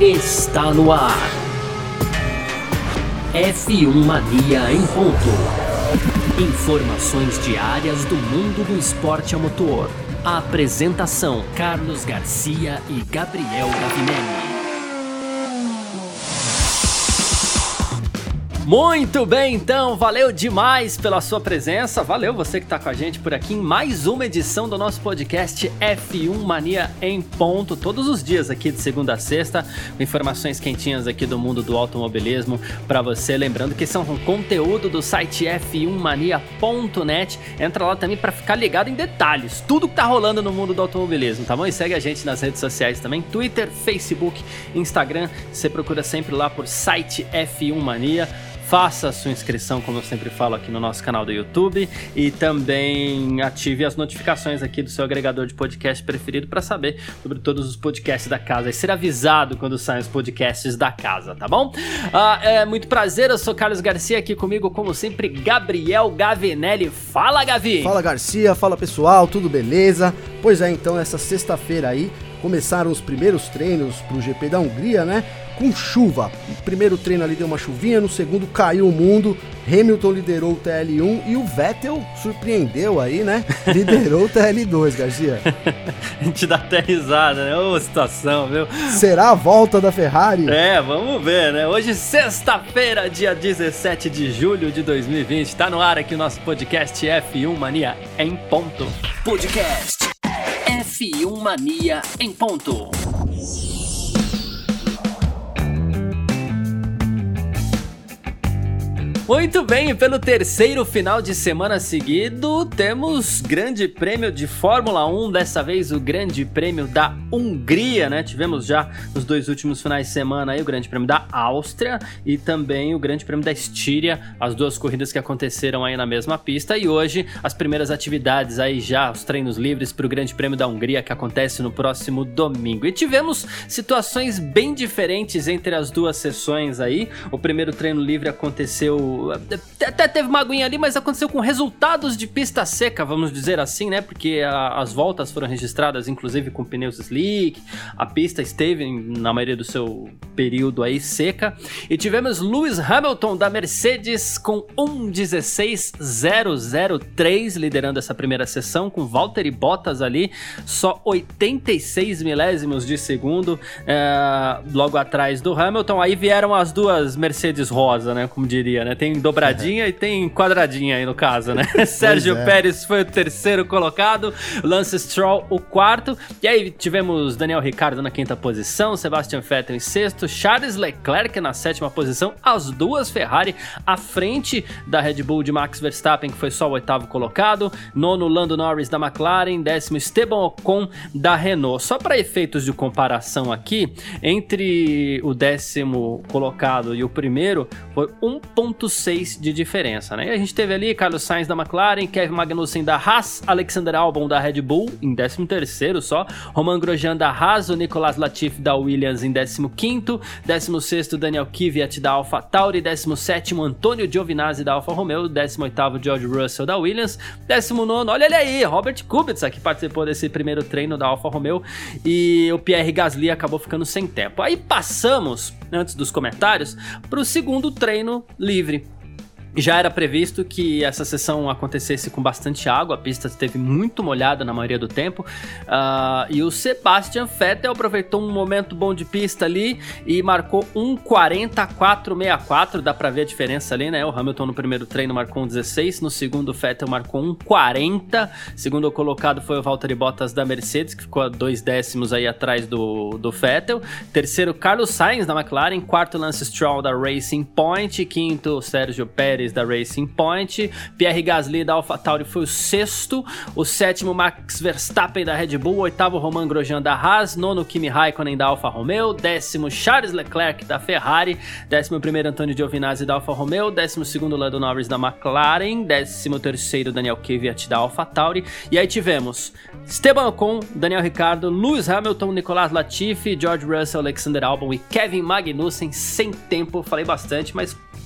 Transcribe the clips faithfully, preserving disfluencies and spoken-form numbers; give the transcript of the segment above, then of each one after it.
está no ar. F um Mania em ponto. Informações diárias do mundo do esporte a motor. A apresentação: Carlos Garcia e Gabriel Gavinelli. Muito bem, então, valeu demais pela sua presença, valeu você que está com a gente por aqui em mais uma edição do nosso podcast F um Mania em ponto, todos os dias aqui de segunda a sexta, com informações quentinhas aqui do mundo do automobilismo para você, lembrando que são um conteúdo do site F um mania ponto net, entra lá também para ficar ligado em detalhes, tudo que tá rolando no mundo do automobilismo, tá bom? E segue a gente nas redes sociais também, Twitter, Facebook, Instagram, você procura sempre lá por site F um Mania. Faça a sua inscrição, como eu sempre falo, aqui no nosso canal do YouTube, e também ative as notificações aqui do seu agregador de podcast preferido para saber sobre todos os podcasts da casa e ser avisado quando saem os podcasts da casa, tá bom? Ah, é muito prazer, eu sou Carlos Garcia, aqui comigo, como sempre, Gabriel Gavinelli. Fala, Gavi! Fala, Garcia, fala pessoal, tudo beleza? Pois é, então, essa sexta-feira aí, começaram os primeiros treinos pro G P da Hungria, né? Com chuva. O primeiro treino ali deu uma chuvinha, no segundo caiu o mundo, Hamilton liderou o T L um e o Vettel surpreendeu aí, né? Liderou o T L dois, Garcia. A gente dá até risada, né? Ô, situação, viu? Será a volta da Ferrari? É, vamos ver, né? Hoje, sexta-feira, dia dezessete de julho de dois mil e vinte, tá no ar aqui o nosso podcast F um Mania em ponto. Podcast F um Mania em ponto. Muito bem, pelo terceiro final de semana seguido, temos Grande Prêmio de Fórmula um, dessa vez o Grande Prêmio da Hungria, né? Tivemos já nos dois últimos finais de semana aí o Grande Prêmio da Áustria e também o Grande Prêmio da Estíria, as duas corridas que aconteceram aí na mesma pista, e hoje as primeiras atividades aí já, os treinos livres para o Grande Prêmio da Hungria, que acontece no próximo domingo. E tivemos situações bem diferentes entre as duas sessões aí. O primeiro treino livre aconteceu, até teve uma aguinha ali, mas aconteceu com resultados de pista seca, vamos dizer assim, né? Porque a, as voltas foram registradas, inclusive com pneus slick, a pista esteve, na maioria do seu período aí, seca. E tivemos Lewis Hamilton da Mercedes com um dezesseis zero zero três, liderando essa primeira sessão, com Valtteri Bottas ali, só oitenta e seis milésimos de segundo, é, logo atrás do Hamilton. Aí vieram as duas Mercedes rosa, né? Como diria, né? Tem dobradinha é. e tem quadradinha aí no caso, né? Sérgio é. Pérez foi o terceiro colocado, Lance Stroll o quarto, e aí tivemos Daniel Ricciardo na quinta posição, Sebastian Vettel em sexto, Charles Leclerc na sétima posição, as duas Ferrari à frente da Red Bull de Max Verstappen, que foi só o oitavo colocado, nono Lando Norris da McLaren, décimo Esteban Ocon da Renault. Só para efeitos de comparação aqui, entre o décimo colocado e o primeiro, foi um ponto seis de diferença, né? E a gente teve ali Carlos Sainz da McLaren, Kevin Magnussen da Haas, Alexander Albon da Red Bull em décimo terceiro só, Romain Grosjean da Haas, o Nicolas Latifi da Williams em décimo quinto, décimo sexto Daniel Kvyat da AlphaTauri, décimo sétimo Antonio Giovinazzi da Alfa Romeo, décimo oitavo George Russell da Williams, décimo nono, olha ele aí, Robert Kubica, que participou desse primeiro treino da Alfa Romeo, e o Pierre Gasly acabou ficando sem tempo. Aí passamos, antes dos comentários, para o segundo treino livre. Já era previsto que essa sessão acontecesse com bastante água, a pista esteve muito molhada na maioria do tempo, uh, e o Sebastian Vettel aproveitou um momento bom de pista ali e marcou um quarenta quatro sessenta e quatro, dá pra ver a diferença ali, né? O Hamilton no primeiro treino marcou um dezesseis, no segundo o Vettel marcou um quarenta, segundo colocado foi o Valtteri Bottas da Mercedes, que ficou a dois décimos aí atrás do, do Vettel, terceiro Carlos Sainz da McLaren, quarto Lance Stroll da Racing Point, quinto Sérgio Pérez da Racing Point, Pierre Gasly da AlphaTauri foi o sexto, o sétimo Max Verstappen da Red Bull, oitavo Romain Grosjean da Haas, nono Kimi Raikkonen da Alfa Romeo, décimo Charles Leclerc da Ferrari, décimo primeiro Antonio Giovinazzi da Alfa Romeo, décimo segundo Lando Norris da McLaren, décimo terceiro Daniel Kvyat da AlphaTauri, e aí tivemos Esteban Ocon, Daniel Ricciardo, Lewis Hamilton, Nicolas Latifi, George Russell, Alexander Albon e Kevin Magnussen sem tempo, falei bastante, mas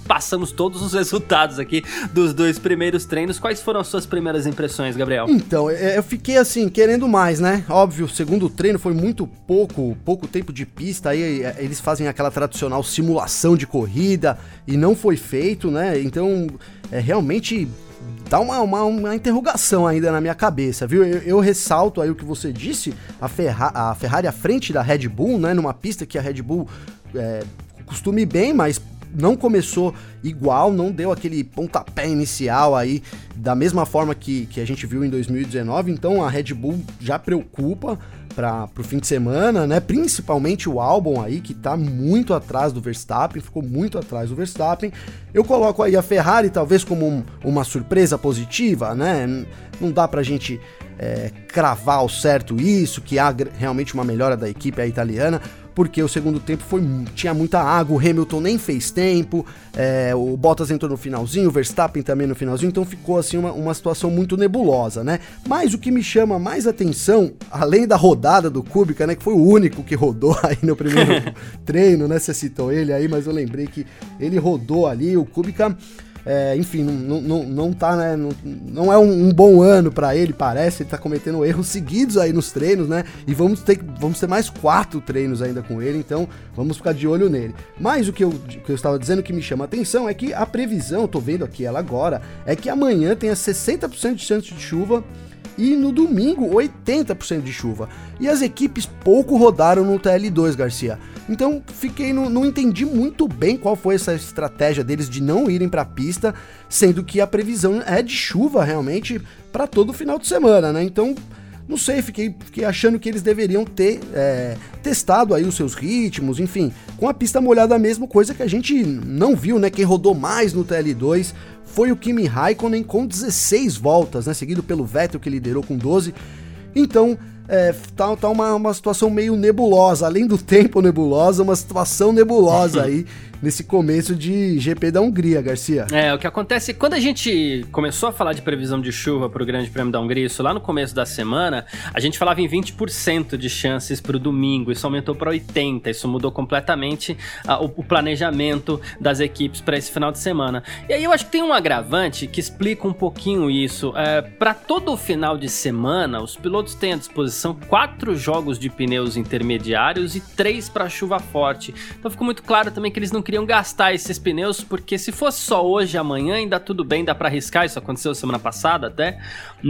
passamos todos os resultados aqui dos dois primeiros treinos. Quais foram as suas primeiras impressões, Gabriel? Então, eu fiquei assim, querendo mais, né? Óbvio, o segundo treino foi muito pouco, pouco tempo de pista, aí eles fazem aquela tradicional simulação de corrida e não foi feito, né? Então, é realmente... dá uma, uma, uma interrogação ainda na minha cabeça, viu? Eu, eu ressalto aí o que você disse, a, Ferra- a Ferrari à frente da Red Bull, né? Numa pista que a Red Bull é, costuma ir bem, mas não começou igual, não deu aquele pontapé inicial aí, da mesma forma que, que a gente viu em dois mil e dezenove, então a Red Bull já preocupa para o fim de semana, né? Principalmente o Albon aí, que tá muito atrás do Verstappen, ficou muito atrás do Verstappen. Eu coloco aí a Ferrari talvez como um, uma surpresa positiva, né? Não dá pra gente é, cravar ao certo isso, que há realmente uma melhora da equipe a italiana, porque o segundo tempo foi, tinha muita água, o Hamilton nem fez tempo, é, o Bottas entrou no finalzinho, o Verstappen também no finalzinho, então ficou assim uma, uma situação muito nebulosa, né? Mas o que me chama mais atenção, além da rodada do Kubica, né, que foi o único que rodou aí no primeiro treino, né? Você citou ele aí, mas eu lembrei que ele rodou ali, o Kubica... É, enfim, não, não, não tá, né, não, não é um, um bom ano pra ele, parece, ele tá cometendo erros seguidos aí nos treinos, né, e vamos ter, vamos ter mais quatro treinos ainda com ele, então vamos ficar de olho nele. Mas o que eu, que eu estava dizendo que me chama a atenção é que a previsão, eu tô vendo aqui ela agora, é que amanhã tenha sessenta por cento de chance de chuva, e no domingo oitenta por cento de chuva. E as equipes pouco rodaram no T L dois, Garcia. Então fiquei no, não entendi muito bem qual foi essa estratégia deles de não irem para a pista, sendo que a previsão é de chuva realmente para todo o final de semana, né? Então, não sei, fiquei, fiquei achando que eles deveriam ter é, testado aí os seus ritmos, enfim, com a pista molhada a mesma coisa que a gente não viu, né? Quem rodou mais no T L dois foi o Kimi Raikkonen com dezesseis voltas, né? Seguido pelo Vettel, que liderou com doze. Então, é, tá, tá uma, uma situação meio nebulosa, além do tempo nebulosa, uma situação nebulosa aí nesse começo de G P da Hungria, Garcia. É, o que acontece, quando a gente começou a falar de previsão de chuva para o Grande Prêmio da Hungria, isso lá no começo da semana, a gente falava em vinte por cento de chances para o domingo, isso aumentou para oitenta por cento, isso mudou completamente uh, o, o planejamento das equipes para esse final de semana. E aí eu acho que tem um agravante que explica um pouquinho isso. É, para todo o final de semana, os pilotos têm à disposição quatro jogos de pneus intermediários e três para chuva forte. Então ficou muito claro também que eles não queriam gastar esses pneus, porque se fosse só hoje e amanhã, ainda tudo bem, dá pra arriscar, isso aconteceu semana passada até,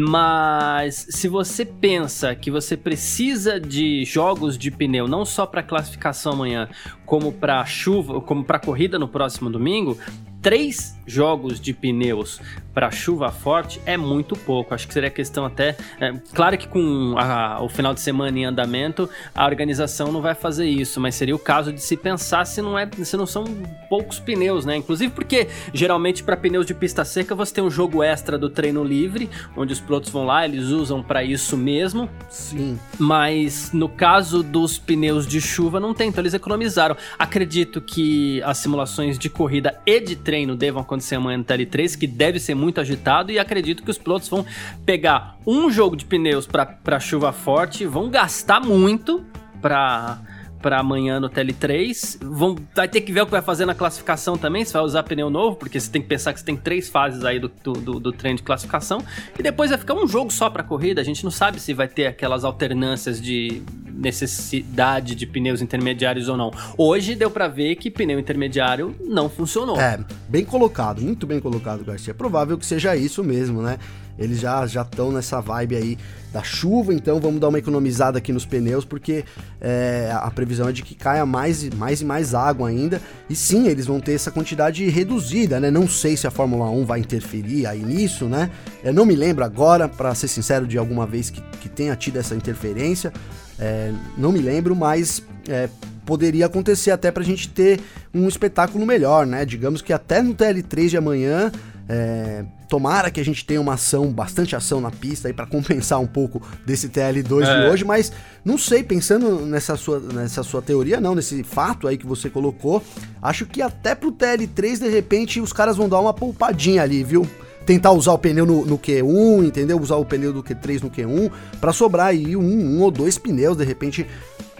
mas se você pensa que você precisa de jogos de pneu, não só pra classificação amanhã, como pra chuva, como pra corrida no próximo domingo, três jogos de pneus para chuva forte é muito pouco. Acho que seria questão até... É, claro que com a, o final de semana em andamento, a organização não vai fazer isso, mas seria o caso de se pensar se não, é, se não são poucos pneus, né? Inclusive porque, geralmente, para pneus de pista seca, você tem um jogo extra do treino livre, onde os pilotos vão lá, eles usam para isso mesmo. Sim. Mas no caso dos pneus de chuva, não tem, então eles economizaram. Acredito que as simulações de corrida e de treino devam acontecer amanhã no T L três, que deve ser muito agitado, e acredito que os pilotos vão pegar um jogo de pneus para chuva forte, vão gastar muito para para amanhã no T L três, vão, vai ter que ver o que vai fazer na classificação também, se vai usar pneu novo, porque você tem que pensar que você tem três fases aí do, do, do treino de classificação, e depois vai ficar um jogo só para corrida, a gente não sabe se vai ter aquelas alternâncias de necessidade de pneus intermediários ou não. Hoje deu para ver que pneu intermediário não funcionou. É, bem colocado, muito bem colocado, Garcia. É provável que seja isso mesmo, né? Eles já já estão nessa vibe aí da chuva, então vamos dar uma economizada aqui nos pneus, porque é, a previsão é de que caia mais, mais e mais água ainda, e sim, eles vão ter essa quantidade reduzida, né? Não sei se a Fórmula um vai interferir aí nisso, né? Eu não me lembro agora, para ser sincero, de alguma vez que, que tenha tido essa interferência, é, não me lembro, mas é, poderia acontecer até pra gente ter um espetáculo melhor, né? Digamos que até no T L três de amanhã, é, tomara que a gente tenha uma ação, bastante ação na pista aí para compensar um pouco desse T L dois é. de hoje, mas não sei, pensando nessa sua, nessa sua teoria, não, nesse fato aí que você colocou, acho que até pro T L três, de repente, os caras vão dar uma poupadinha ali, viu? Tentar usar o pneu no, no Q um, entendeu? Usar o pneu do Q três no Q um, para sobrar aí um, um ou dois pneus, de repente,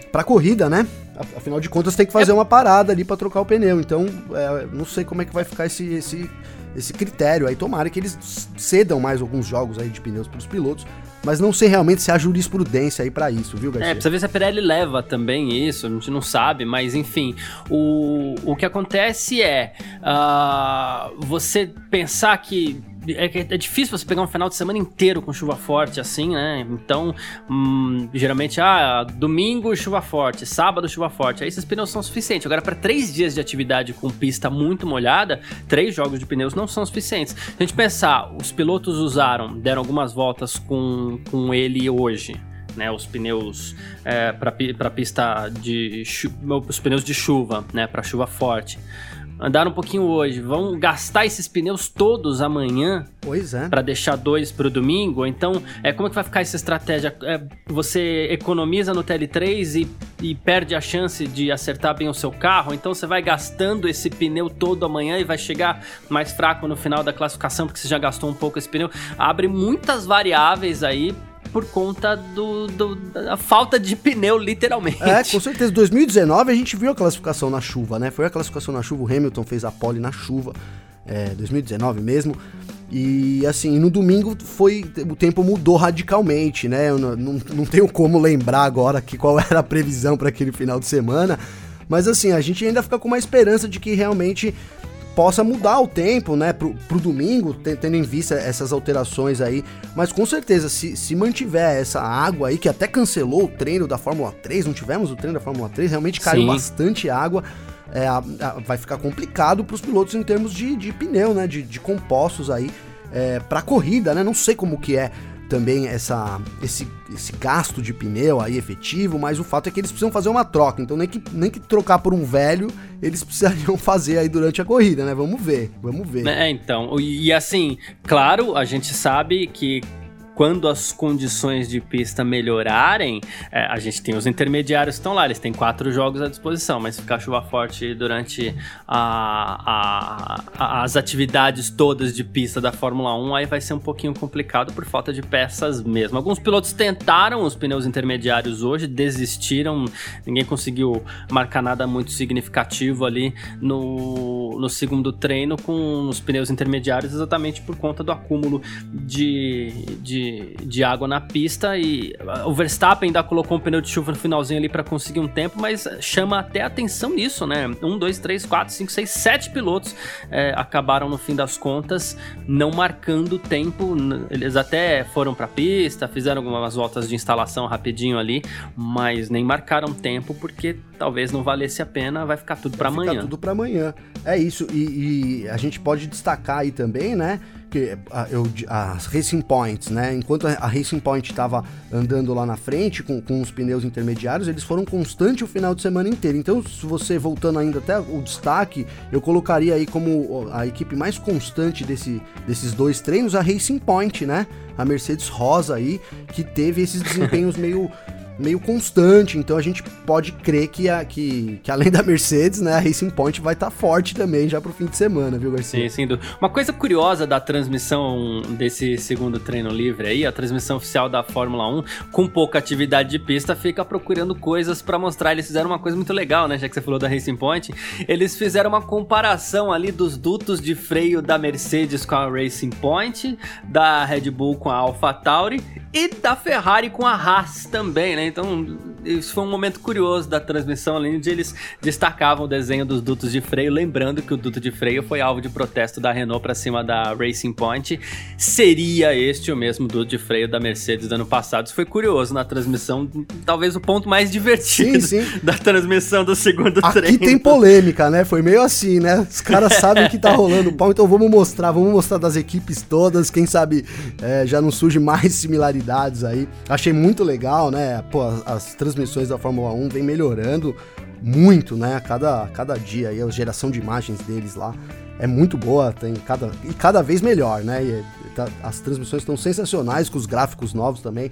pra corrida, né? Afinal de contas tem que fazer é. uma parada ali pra trocar o pneu, então é, não sei como é que vai ficar esse, esse, esse critério aí, tomara que eles cedam mais alguns jogos aí de pneus pros pilotos, mas não sei realmente se há jurisprudência aí pra isso, viu, Garcia? É, precisa ver se a Pirelli leva também isso, a gente não sabe, mas enfim, o, o que acontece é uh, você pensar que É, é difícil você pegar um final de semana inteiro com chuva forte assim, né? Então, hum, geralmente, ah, domingo chuva forte, sábado chuva forte. Aí esses pneus são suficientes. Agora, para três dias de atividade com pista muito molhada, três jogos de pneus não são suficientes. Se a gente pensar, os pilotos usaram, deram algumas voltas com, com ele hoje. Né, os pneus é, para pista de chu- os pneus de chuva, né, para chuva forte. Andaram um pouquinho hoje, vão gastar esses pneus todos amanhã? Pois é. Para deixar dois pro domingo? Então, é, como é que vai ficar essa estratégia? É, você economiza no T L três e, e perde a chance de acertar bem o seu carro? Então, você vai gastando esse pneu todo amanhã e vai chegar mais fraco no final da classificação porque você já gastou um pouco esse pneu. Abre muitas variáveis aí por conta do, do, da falta de pneu, literalmente. É, com certeza. dois mil e dezenove a gente viu a classificação na chuva, né? Foi a classificação na chuva, o Hamilton fez a pole na chuva, é, dois mil e dezenove mesmo. E assim, no domingo foi, o tempo mudou radicalmente, né? Eu não, não, não tenho como lembrar agora que qual era a previsão para aquele final de semana, mas assim, a gente ainda fica com uma esperança de que realmente possa mudar o tempo, né, pro, pro domingo, tendo em vista essas alterações aí, mas com certeza, se, se mantiver essa água aí, que até cancelou o treino da Fórmula três, não tivemos o treino da Fórmula três, realmente caiu Sim. bastante água, é, a, a, vai ficar complicado pros pilotos em termos de, de pneu, né, de, de compostos aí, é, pra corrida, né, não sei como que é também essa, esse, esse gasto de pneu aí efetivo, mas o fato é que eles precisam fazer uma troca, então nem que, nem que trocar por um velho, eles precisariam fazer aí durante a corrida, né? Vamos ver, vamos ver. É, então, e, e assim, claro, a gente sabe que quando as condições de pista melhorarem, é, a gente tem os intermediários que estão lá, eles têm quatro jogos à disposição, mas se ficar chuva forte durante a, a, a, as atividades todas de pista da Fórmula um, aí vai ser um pouquinho complicado por falta de peças mesmo. Alguns pilotos tentaram os pneus intermediários hoje, desistiram, ninguém conseguiu marcar nada muito significativo ali no, no segundo treino com os pneus intermediários, exatamente por conta do acúmulo de, de de água na pista, e o Verstappen ainda colocou um pneu de chuva no finalzinho ali para conseguir um tempo, mas chama até atenção nisso, né? Um, dois, três, quatro, cinco, seis, sete pilotos é, acabaram no fim das contas não marcando tempo. Eles até foram para a pista, fizeram algumas voltas de instalação rapidinho ali, mas nem marcaram tempo porque talvez não valesse a pena, vai ficar tudo para amanhã. Vai ficar tudo para amanhã. É isso, e, e a gente pode destacar aí também, né, que a, eu, as Racing Points, né, enquanto a Racing Point estava andando lá na frente com, com os pneus intermediários, eles foram constantes o final de semana inteiro. Então, se você, voltando ainda até o destaque, eu colocaria aí como a equipe mais constante desse, desses dois treinos, a Racing Point, né, a Mercedes Rosa aí, que teve esses desempenhos meio... meio constante, então a gente pode crer que, a, que, que além da Mercedes, né, a Racing Point vai estar tá forte também já pro fim de semana, viu, Garcia? Sim, sim. Uma coisa curiosa da transmissão desse segundo treino livre aí, a transmissão oficial da Fórmula um, com pouca atividade de pista, fica procurando coisas pra mostrar. Eles fizeram uma coisa muito legal, né, já que você falou da Racing Point, eles fizeram uma comparação ali dos dutos de freio da Mercedes com a Racing Point, da Red Bull com a AlphaTauri e da Ferrari com a Haas também, né? Então, isso foi um momento curioso da transmissão, além de eles destacavam o desenho dos dutos de freio, lembrando que o duto de freio foi alvo de protesto da Renault para cima da Racing Point. Seria este o mesmo duto de freio da Mercedes do ano passado? Isso foi curioso na transmissão, talvez o ponto mais divertido sim, sim. da transmissão do segundo Aqui treino. Aqui tem polêmica, né? Foi meio assim, né? Os caras sabem que tá rolando o pau, então vamos mostrar, vamos mostrar das equipes todas, quem sabe é, já não surge mais similaridades aí. Achei muito legal, né? Pô, as, as transmissões da Fórmula um vem melhorando muito, né, a cada, cada dia, aí a geração de imagens deles lá é muito boa, tem cada, e cada vez melhor, né, e, tá, as transmissões estão sensacionais, com os gráficos novos também, tô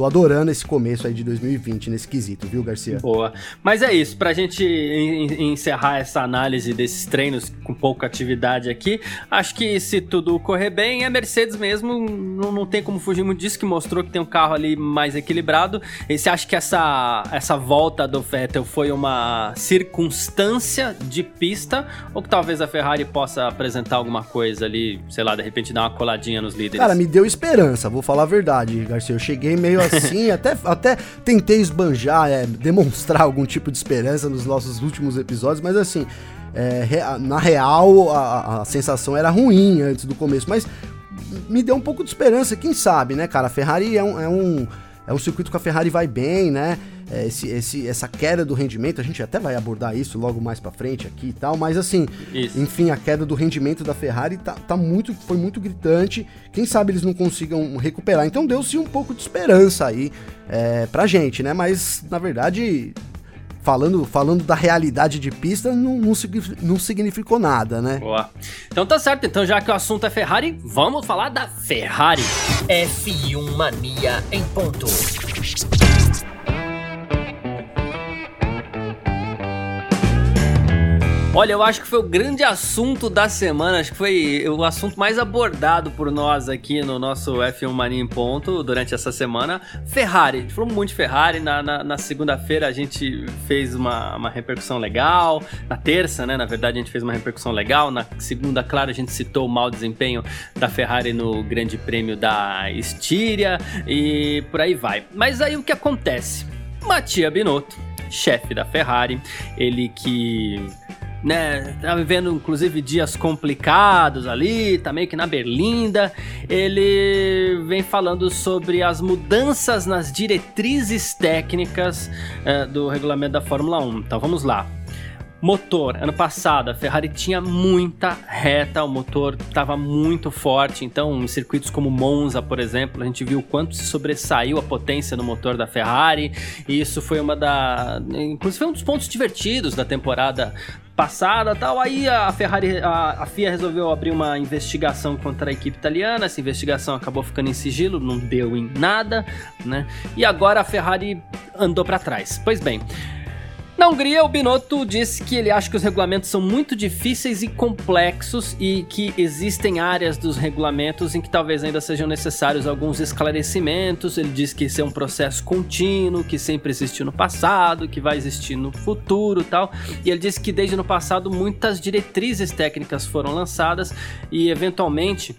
tô adorando esse começo aí de dois mil e vinte nesse quesito, viu, Garcia? Boa. Mas é isso, pra gente encerrar essa análise desses treinos com pouca atividade aqui, acho que se tudo correr bem, a Mercedes mesmo não, não tem como fugir muito disso, que mostrou que tem um carro ali mais equilibrado. E você acha que essa, essa volta do Vettel foi uma circunstância de pista, ou que talvez a Ferrari possa apresentar alguma coisa ali, sei lá, de repente dar uma coladinha nos líderes? Cara, me deu esperança, vou falar a verdade, Garcia. Eu cheguei meio assim, até, até tentei esbanjar, é, demonstrar algum tipo de esperança nos nossos últimos episódios, mas assim, é, na real a, a sensação era ruim antes do começo, mas me deu um pouco de esperança, quem sabe, né, cara? A Ferrari é um, é um, é um circuito que a Ferrari vai bem, né? Esse, esse, essa queda do rendimento, a gente até vai abordar isso logo mais pra frente aqui e tal, mas assim, isso. Enfim, a queda do rendimento da Ferrari tá, tá muito, foi muito gritante, quem sabe eles não consigam recuperar, então deu-se um pouco de esperança aí é, pra gente, né, mas na verdade, falando, falando da realidade de pista, não, não, não significou nada, né. Boa. Então tá certo, então já que o assunto é Ferrari, vamos falar da Ferrari. F um Mania em ponto. Olha, eu acho que foi o grande assunto da semana, acho que foi o assunto mais abordado por nós aqui no nosso F um Mania em Ponto durante essa semana. Ferrari, a gente falou muito de Ferrari, na, na, na segunda-feira a gente fez uma, uma repercussão legal, na terça, né, na verdade a gente fez uma repercussão legal, na segunda, claro, a gente citou o mau desempenho da Ferrari no Grande Prêmio da Estíria e por aí vai. Mas aí o que acontece? Mattia Binotto, chefe da Ferrari, ele que... né, tá vivendo inclusive dias complicados ali, tá meio que na berlinda, ele vem falando sobre as mudanças nas diretrizes técnicas uh, do regulamento da Fórmula um. Então vamos lá. Motor, ano passado a Ferrari tinha muita reta, o motor estava muito forte, então em circuitos como Monza, por exemplo, a gente viu o quanto se sobressaiu a potência no motor da Ferrari, e isso foi uma da... inclusive foi um dos pontos divertidos da temporada passada, tal. Aí a Ferrari, a, a F I A resolveu abrir uma investigação contra a equipe italiana, essa investigação acabou ficando em sigilo, não deu em nada, né, e agora a Ferrari andou para trás. Pois bem, na Hungria, o Binotto disse que ele acha que os regulamentos são muito difíceis e complexos e que existem áreas dos regulamentos em que talvez ainda sejam necessários alguns esclarecimentos. Ele diz que isso é um processo contínuo, que sempre existiu no passado, que vai existir no futuro e tal. E ele disse que desde no passado muitas diretrizes técnicas foram lançadas e eventualmente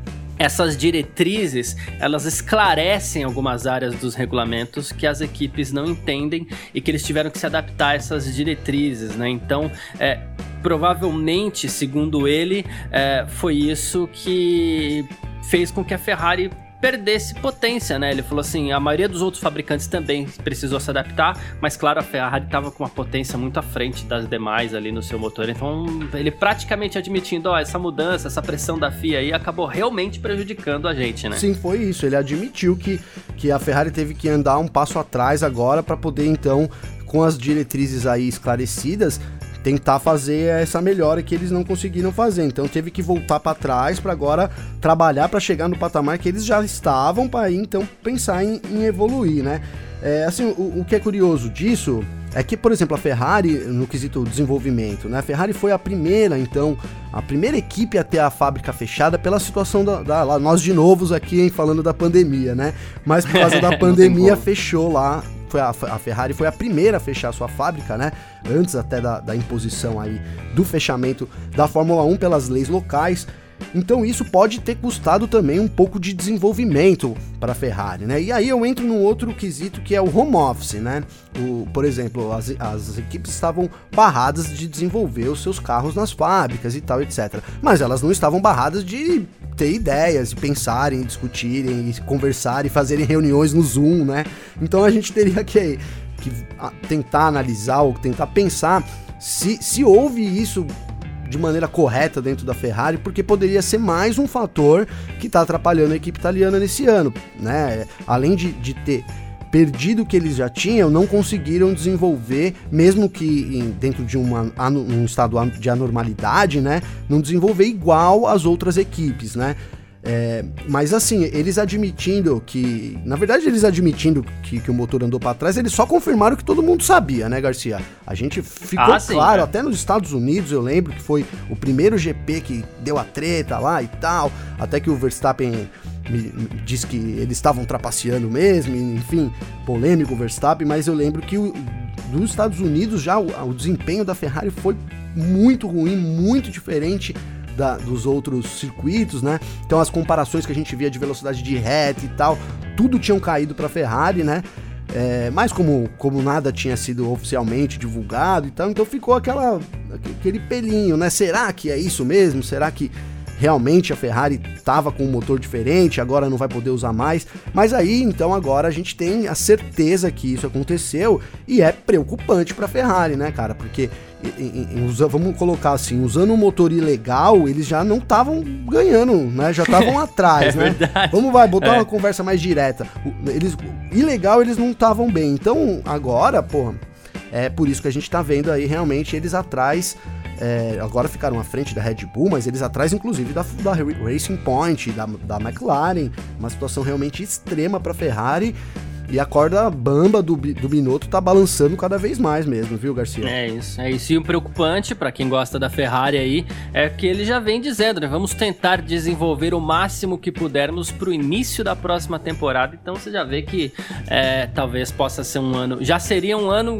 essas diretrizes, elas esclarecem algumas áreas dos regulamentos que as equipes não entendem e que eles tiveram que se adaptar a essas diretrizes, né? Então, é, provavelmente, segundo ele, é, foi isso que fez com que a Ferrari perdesse potência, né? Ele falou assim, a maioria dos outros fabricantes também precisou se adaptar, mas claro, a Ferrari estava com uma potência muito à frente das demais ali no seu motor, então ele praticamente admitindo, ó, essa mudança, essa pressão da F I A aí acabou realmente prejudicando a gente, né? Sim, foi isso, ele admitiu que, que a Ferrari teve que andar um passo atrás agora para poder então, com as diretrizes aí esclarecidas, tentar fazer essa melhora que eles não conseguiram fazer, então teve que voltar para trás para agora trabalhar para chegar no patamar que eles já estavam, para aí então pensar em, em evoluir, né? É, assim, o, o que é curioso disso é que, por exemplo, a Ferrari, no quesito desenvolvimento, né? A Ferrari foi a primeira, então, a primeira equipe a ter a fábrica fechada pela situação da, da lá, nós de novos aqui, hein, falando da pandemia, né? Mas por causa da pandemia fechou lá. Foi a, a Ferrari foi a primeira a fechar a sua fábrica, né? Antes até da, da imposição aí do fechamento da Fórmula um pelas leis locais. Então isso pode ter custado também um pouco de desenvolvimento para a Ferrari, né? E aí eu entro num outro quesito que é o home office, né? O, por exemplo, as, as equipes estavam barradas de desenvolver os seus carros nas fábricas e tal, etcétera. Mas elas não estavam barradas de ter ideias, de pensarem, discutirem, conversarem, fazerem reuniões no Zoom, né? Então a gente teria que, que tentar analisar ou tentar pensar se, se houve isso de maneira correta dentro da Ferrari, porque poderia ser mais um fator que está atrapalhando a equipe italiana nesse ano, né? Além de, de ter perdido o que eles já tinham, não conseguiram desenvolver, mesmo que em, dentro de uma, um estado de anormalidade, né? Não desenvolver igual as outras equipes, né? É, mas assim, eles admitindo que... Na verdade, eles admitindo que, que o motor andou pra trás, eles só confirmaram que todo mundo sabia, né, Garcia? A gente ficou ah, sim, claro, é. até nos Estados Unidos, eu lembro que foi o primeiro G P que deu a treta lá e tal, até que o Verstappen me, me disse que eles estavam trapaceando mesmo, enfim, polêmico o Verstappen, mas eu lembro que o, dos Estados Unidos já o, o desempenho da Ferrari foi muito ruim, muito diferente Da, dos outros circuitos, né? Então as comparações que a gente via de velocidade de reta e tal, tudo tinham caído para a Ferrari, né? É, mas como, como nada tinha sido oficialmente divulgado e tal, então ficou aquela, aquele pelinho, né? Será que é isso mesmo? Será que realmente a Ferrari estava com um motor diferente, agora não vai poder usar mais? Mas aí, então, agora a gente tem a certeza que isso aconteceu e é preocupante para a Ferrari, né, cara? Porque Em, em, usa, vamos colocar assim, usando um motor ilegal, eles já não estavam ganhando, né? Já estavam atrás, é né? Verdade. Vamos vai, botar é. uma conversa mais direta. Eles, ilegal, eles não estavam bem. Então, agora, porra, é por isso que a gente tá vendo aí realmente eles atrás. É, agora ficaram à frente da Red Bull, mas eles atrás, inclusive, da, da Racing Point, da, da McLaren. Uma situação realmente extrema pra Ferrari. E a corda bamba do, do Binotto tá balançando cada vez mais mesmo, viu, Garcia? É isso, é isso. E o preocupante, pra quem gosta da Ferrari aí, é que ele já vem dizendo, né? Vamos tentar desenvolver o máximo que pudermos pro início da próxima temporada. Então você já vê que é, talvez possa ser um ano... Já seria um ano...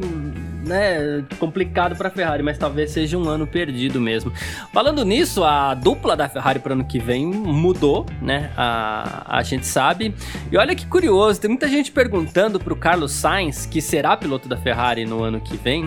né, complicado pra Ferrari, mas talvez seja um ano perdido mesmo. Falando nisso, a dupla da Ferrari pro ano que vem mudou, né, a, a gente sabe, e olha que curioso, tem muita gente perguntando pro Carlos Sainz, que será piloto da Ferrari no ano que vem,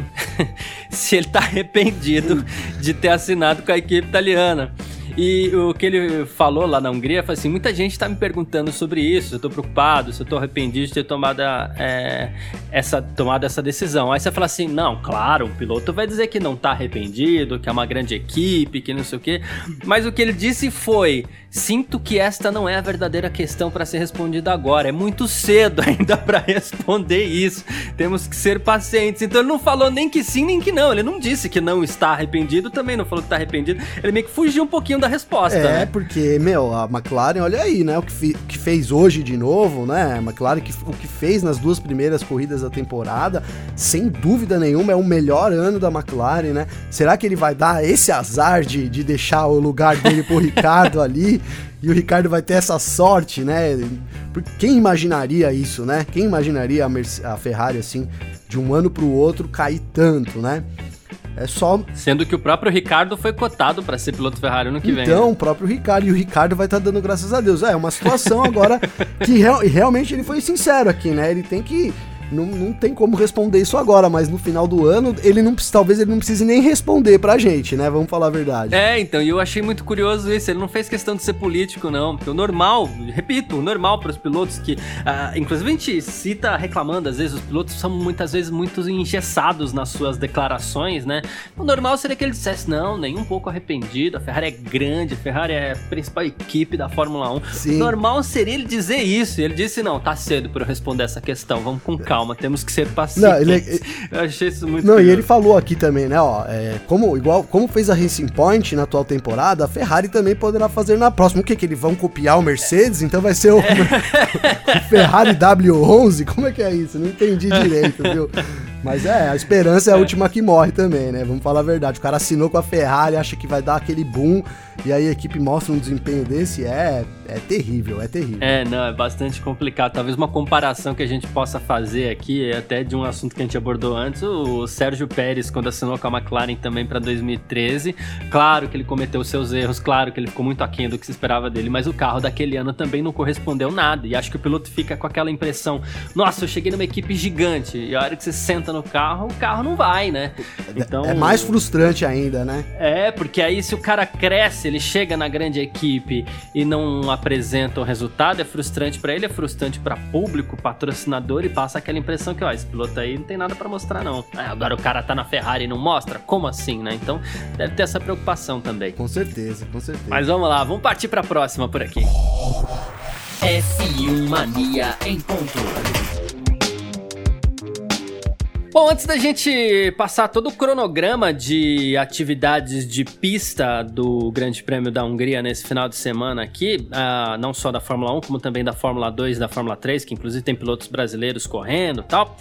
se ele tá arrependido de ter assinado com a equipe italiana. E o que ele falou lá na Hungria foi assim, muita gente tá me perguntando sobre isso, eu tô preocupado, se eu tô arrependido de ter tomado, é, essa, tomado essa decisão. Aí você fala assim, não, claro, o piloto vai dizer que não tá arrependido, que é uma grande equipe, que não sei o quê, mas o que ele disse foi, sinto que esta não é a verdadeira questão para ser respondida agora, é muito cedo ainda para responder isso, temos que ser pacientes. Então ele não falou nem que sim, nem que não, ele não disse que não está arrependido, também não falou que tá arrependido, ele meio que fugiu um pouquinho da resposta, é, né? É, porque, meu, a McLaren, olha aí, né, o que, fi, que fez hoje de novo, né, a McLaren, que, o que fez nas duas primeiras corridas da temporada, sem dúvida nenhuma, é o melhor ano da McLaren, né, será que ele vai dar esse azar de, de deixar o lugar dele pro Ricardo ali, e o Ricardo vai ter essa sorte, né, porque quem imaginaria isso, né, quem imaginaria a, Merce- a Ferrari, assim, de um ano pro outro cair tanto, né? É só... Sendo que o próprio Ricardo foi cotado para ser piloto Ferrari no que então, vem. Então, o próprio Ricardo. E o Ricardo vai estar tá dando graças a Deus. É uma situação agora que real, realmente ele foi sincero aqui, né? Ele tem que... Não, não tem como responder isso agora, mas no final do ano, ele não, talvez ele não precise nem responder pra gente, né? Vamos falar a verdade. É, então, e eu achei muito curioso isso, ele não fez questão de ser político, não, porque o normal, repito, o normal para os pilotos que, uh, inclusive a gente cita reclamando, às vezes os pilotos são muitas vezes muito engessados nas suas declarações, né? O normal seria que ele dissesse, não, nem um pouco arrependido, a Ferrari é grande, a Ferrari é a principal equipe da Fórmula um. Sim. O normal seria ele dizer isso, e ele disse, não, tá cedo para eu responder essa questão, vamos com calma. Calma, temos que ser pacientes. Não, ele, eu achei isso muito Não, curioso. E ele falou aqui também, né, ó, é, como, igual, como fez a Racing Point na atual temporada, a Ferrari também poderá fazer na próxima. O que que eles vão copiar o Mercedes? Então vai ser o, é. o Ferrari W onze? Como é que é isso? Não entendi direito, viu? Mas é, a esperança é a última que morre também, né? Vamos falar a verdade. O cara assinou com a Ferrari, acha que vai dar aquele boom, e aí a equipe mostra um desempenho desse, é, é terrível, é terrível. É, não, é bastante complicado. Talvez uma comparação que a gente possa fazer aqui, até de um assunto que a gente abordou antes, o Sérgio Pérez, quando assinou com a McLaren também para dois mil e treze, claro que ele cometeu seus erros, claro que ele ficou muito aquém do que se esperava dele, mas o carro daquele ano também não correspondeu nada, e acho que o piloto fica com aquela impressão, nossa, eu cheguei numa equipe gigante, e a hora que você senta no carro, o carro não vai, né? Então, é mais frustrante ainda, né? É, porque aí se o cara cresce, ele chega na grande equipe e não apresenta o resultado, é frustrante pra ele, é frustrante pra público, patrocinador, e passa aquela impressão que, ó, esse piloto aí não tem nada pra mostrar não. Agora o cara tá na Ferrari e não mostra? Como assim, né? Então deve ter essa preocupação também. Com certeza, com certeza. Mas vamos lá, vamos partir pra próxima por aqui. F um Mania em ponto. Bom, antes da gente passar todo o cronograma de atividades de pista do Grande Prêmio da Hungria nesse final de semana aqui, uh, não só da Fórmula um, como também da Fórmula dois e da Fórmula três, que inclusive tem pilotos brasileiros correndo e tal,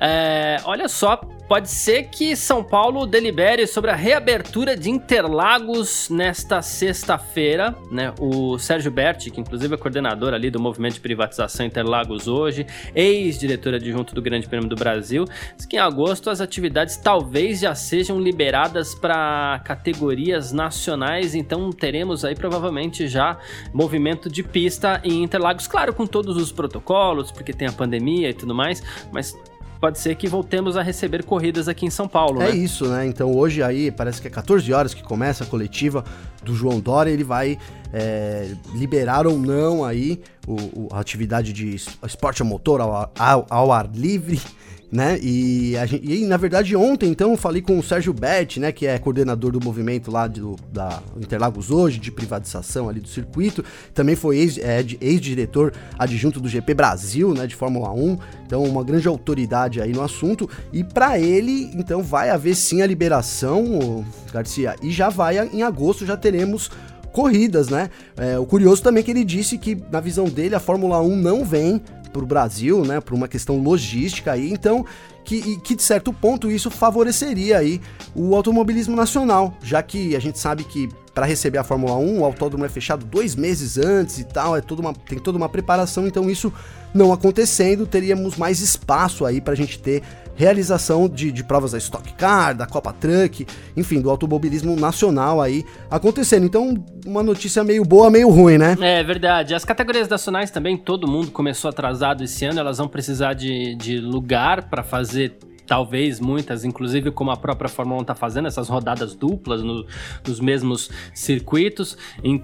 é, olha só, pode ser que São Paulo delibere sobre a reabertura de Interlagos nesta sexta-feira, né? O Sérgio Berti, que inclusive é coordenador ali do movimento de privatização Interlagos hoje, ex-diretor adjunto do Grande Prêmio do Brasil, diz que em agosto as atividades talvez já sejam liberadas para categorias nacionais, então teremos aí provavelmente já movimento de pista em Interlagos, claro, com todos os protocolos, porque tem a pandemia e tudo mais, mas pode ser que voltemos a receber corridas aqui em São Paulo, né? É isso, né? Então hoje aí parece que é catorze horas que começa a coletiva do João Dória, ele vai é, liberar ou não aí o, o, a atividade de esporte a motor ao, ao, ao ar livre, né? E, a gente, e na verdade ontem então eu falei com o Sérgio Berti, né, que é coordenador do movimento lá de, do, da Interlagos hoje, de privatização ali do circuito, também foi ex, é, ex-diretor adjunto do G P Brasil, né, de Fórmula um, então uma grande autoridade aí no assunto, e para ele então vai haver sim a liberação, Garcia, e já vai em agosto já teremos corridas, né? É, o curioso também é que ele disse que na visão dele a Fórmula um não vem para o Brasil, né, por uma questão logística aí, então que, que de certo ponto isso favoreceria aí o automobilismo nacional, já que a gente sabe que para receber a Fórmula um o autódromo é fechado dois meses antes e tal, é toda uma, tem toda uma preparação, então isso não acontecendo, teríamos mais espaço aí para a gente ter realização de, de provas da Stock Car, da Copa Truck, enfim, do automobilismo nacional aí acontecendo. Então, uma notícia meio boa, meio ruim, né? É verdade. As categorias nacionais também, todo mundo começou atrasado esse ano, elas vão precisar de, de lugar para fazer, talvez muitas, inclusive como a própria Fórmula um está fazendo, essas rodadas duplas no, nos mesmos circuitos,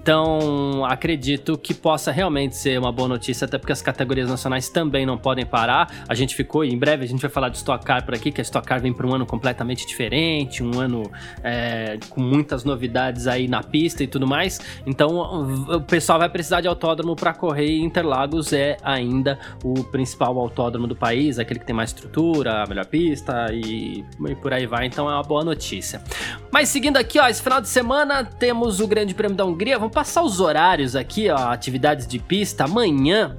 então acredito que possa realmente ser uma boa notícia, até porque as categorias nacionais também não podem parar. A gente ficou, em breve a gente vai falar de Stock Car por aqui, que a Stock Car vem para um ano completamente diferente, um ano é, com muitas novidades aí na pista e tudo mais, então o pessoal vai precisar de autódromo para correr, e Interlagos é ainda o principal autódromo do país, aquele que tem mais estrutura, a melhor pista, E, e por aí vai, então é uma boa notícia. Mas seguindo aqui, ó, esse final de semana temos o Grande Prêmio da Hungria, vamos passar os horários aqui, ó, atividades de pista. Amanhã,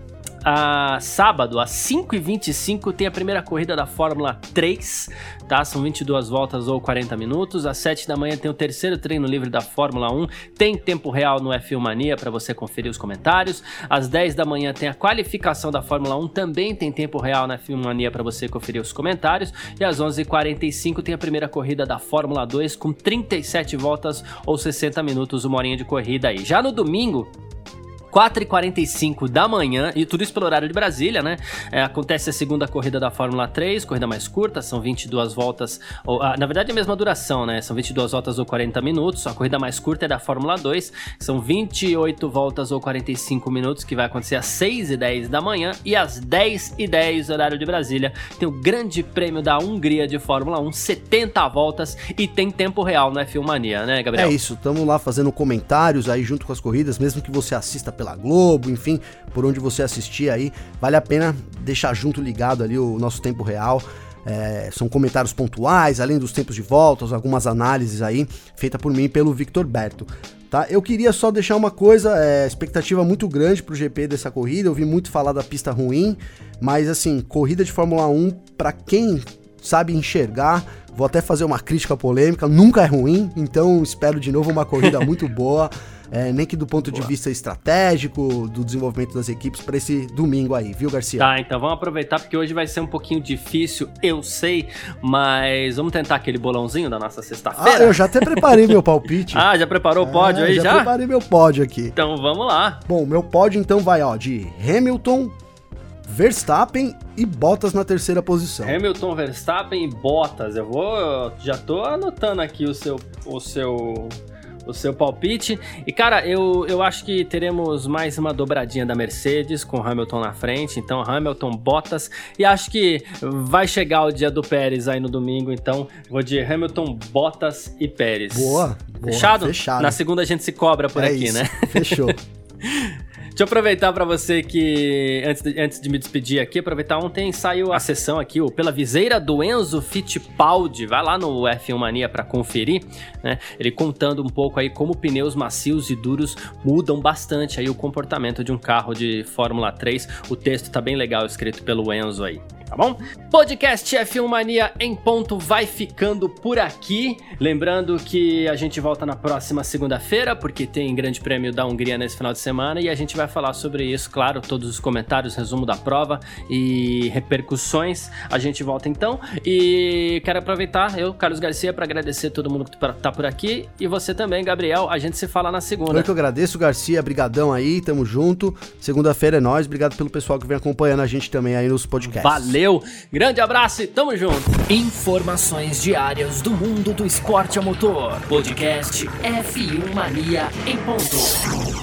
a sábado, às cinco e vinte e cinco, tem a primeira corrida da Fórmula três, tá? São vinte e duas voltas ou quarenta minutos. Às sete da manhã tem o terceiro treino livre da Fórmula um, tem tempo real no F um Mania para você conferir os comentários. Às dez da manhã tem a qualificação da Fórmula um, também tem tempo real na F um Mania para você conferir os comentários. E às onze e quarenta e cinco tem a primeira corrida da Fórmula dois com trinta e sete voltas ou sessenta minutos, uma horinha de corrida aí. Já no domingo, quatro e quarenta e cinco da manhã, e tudo isso pelo horário de Brasília, né? É, acontece a segunda corrida da Fórmula três, corrida mais curta, são vinte e duas voltas, ou, ah, na verdade é a mesma duração, né? São vinte e duas voltas ou quarenta minutos, a corrida mais curta é da Fórmula dois, são vinte e oito voltas ou quarenta e cinco minutos, que vai acontecer às seis e dez da manhã, e às dez e dez, horário de Brasília, tem o Grande Prêmio da Hungria de Fórmula um, setenta voltas, e tem tempo real no F um Mania, né, Gabriel? É isso, estamos lá fazendo comentários aí junto com as corridas, mesmo que você assista pela pela Globo, enfim, por onde você assistir aí, vale a pena deixar junto ligado ali o nosso tempo real. É, são comentários pontuais, além dos tempos de voltas, algumas análises aí, feita por mim e pelo Victor Berto. Tá? Eu queria só deixar uma coisa, é, expectativa muito grande pro G P dessa corrida, eu vi muito falar da pista ruim, mas assim, corrida de Fórmula um, pra quem sabe enxergar, vou até fazer uma crítica polêmica, nunca é ruim, então espero de novo uma corrida muito boa, é, nem que do ponto Boa. de vista estratégico, do desenvolvimento das equipes para esse domingo aí, viu, Garcia? Tá, então vamos aproveitar porque hoje vai ser um pouquinho difícil, eu sei, mas vamos tentar aquele bolãozinho da nossa sexta-feira? Ah, eu já até preparei meu palpite. Ah, já preparou o pódio é, aí já? Já preparei meu pódio aqui. Então vamos lá. Bom, meu pódio então vai, ó, de Hamilton, Verstappen e Bottas na terceira posição. Hamilton, Verstappen e Bottas. Eu vou, eu já tô anotando aqui o seu, o seu, o seu palpite. E cara, eu, eu acho que teremos mais uma dobradinha da Mercedes com Hamilton na frente. Então Hamilton, Bottas, e acho que vai chegar o dia do Pérez aí no domingo. Então vou de Hamilton, Bottas e Pérez. Boa, boa. Fechado? Fechado. Na segunda a gente se cobra por é aqui, isso. né? Fechou. Deixa eu aproveitar para você que, antes de, antes de me despedir aqui, aproveitar, ontem saiu a sessão aqui, o Pela Viseira do Enzo Fittipaldi, vai lá no F um Mania para conferir, né? Ele contando um pouco aí como pneus macios e duros mudam bastante aí o comportamento de um carro de Fórmula três. O texto tá bem legal, escrito pelo Enzo aí. Tá bom? Podcast F um Mania em ponto vai ficando por aqui. Lembrando que a gente volta na próxima segunda-feira, porque tem Grande Prêmio da Hungria nesse final de semana e a gente vai falar sobre isso, claro, todos os comentários, resumo da prova e repercussões. A gente volta então e quero aproveitar, eu, Carlos Garcia, para agradecer todo mundo que tá por aqui e você também, Gabriel. A gente se fala na segunda. Eu que eu agradeço, Garcia, brigadão aí, tamo junto. Segunda-feira é nóis, obrigado pelo pessoal que vem acompanhando a gente também aí nos podcasts. Valeu, grande abraço e tamo junto. Informações diárias do mundo do esporte a motor. Podcast F um Mania em ponto.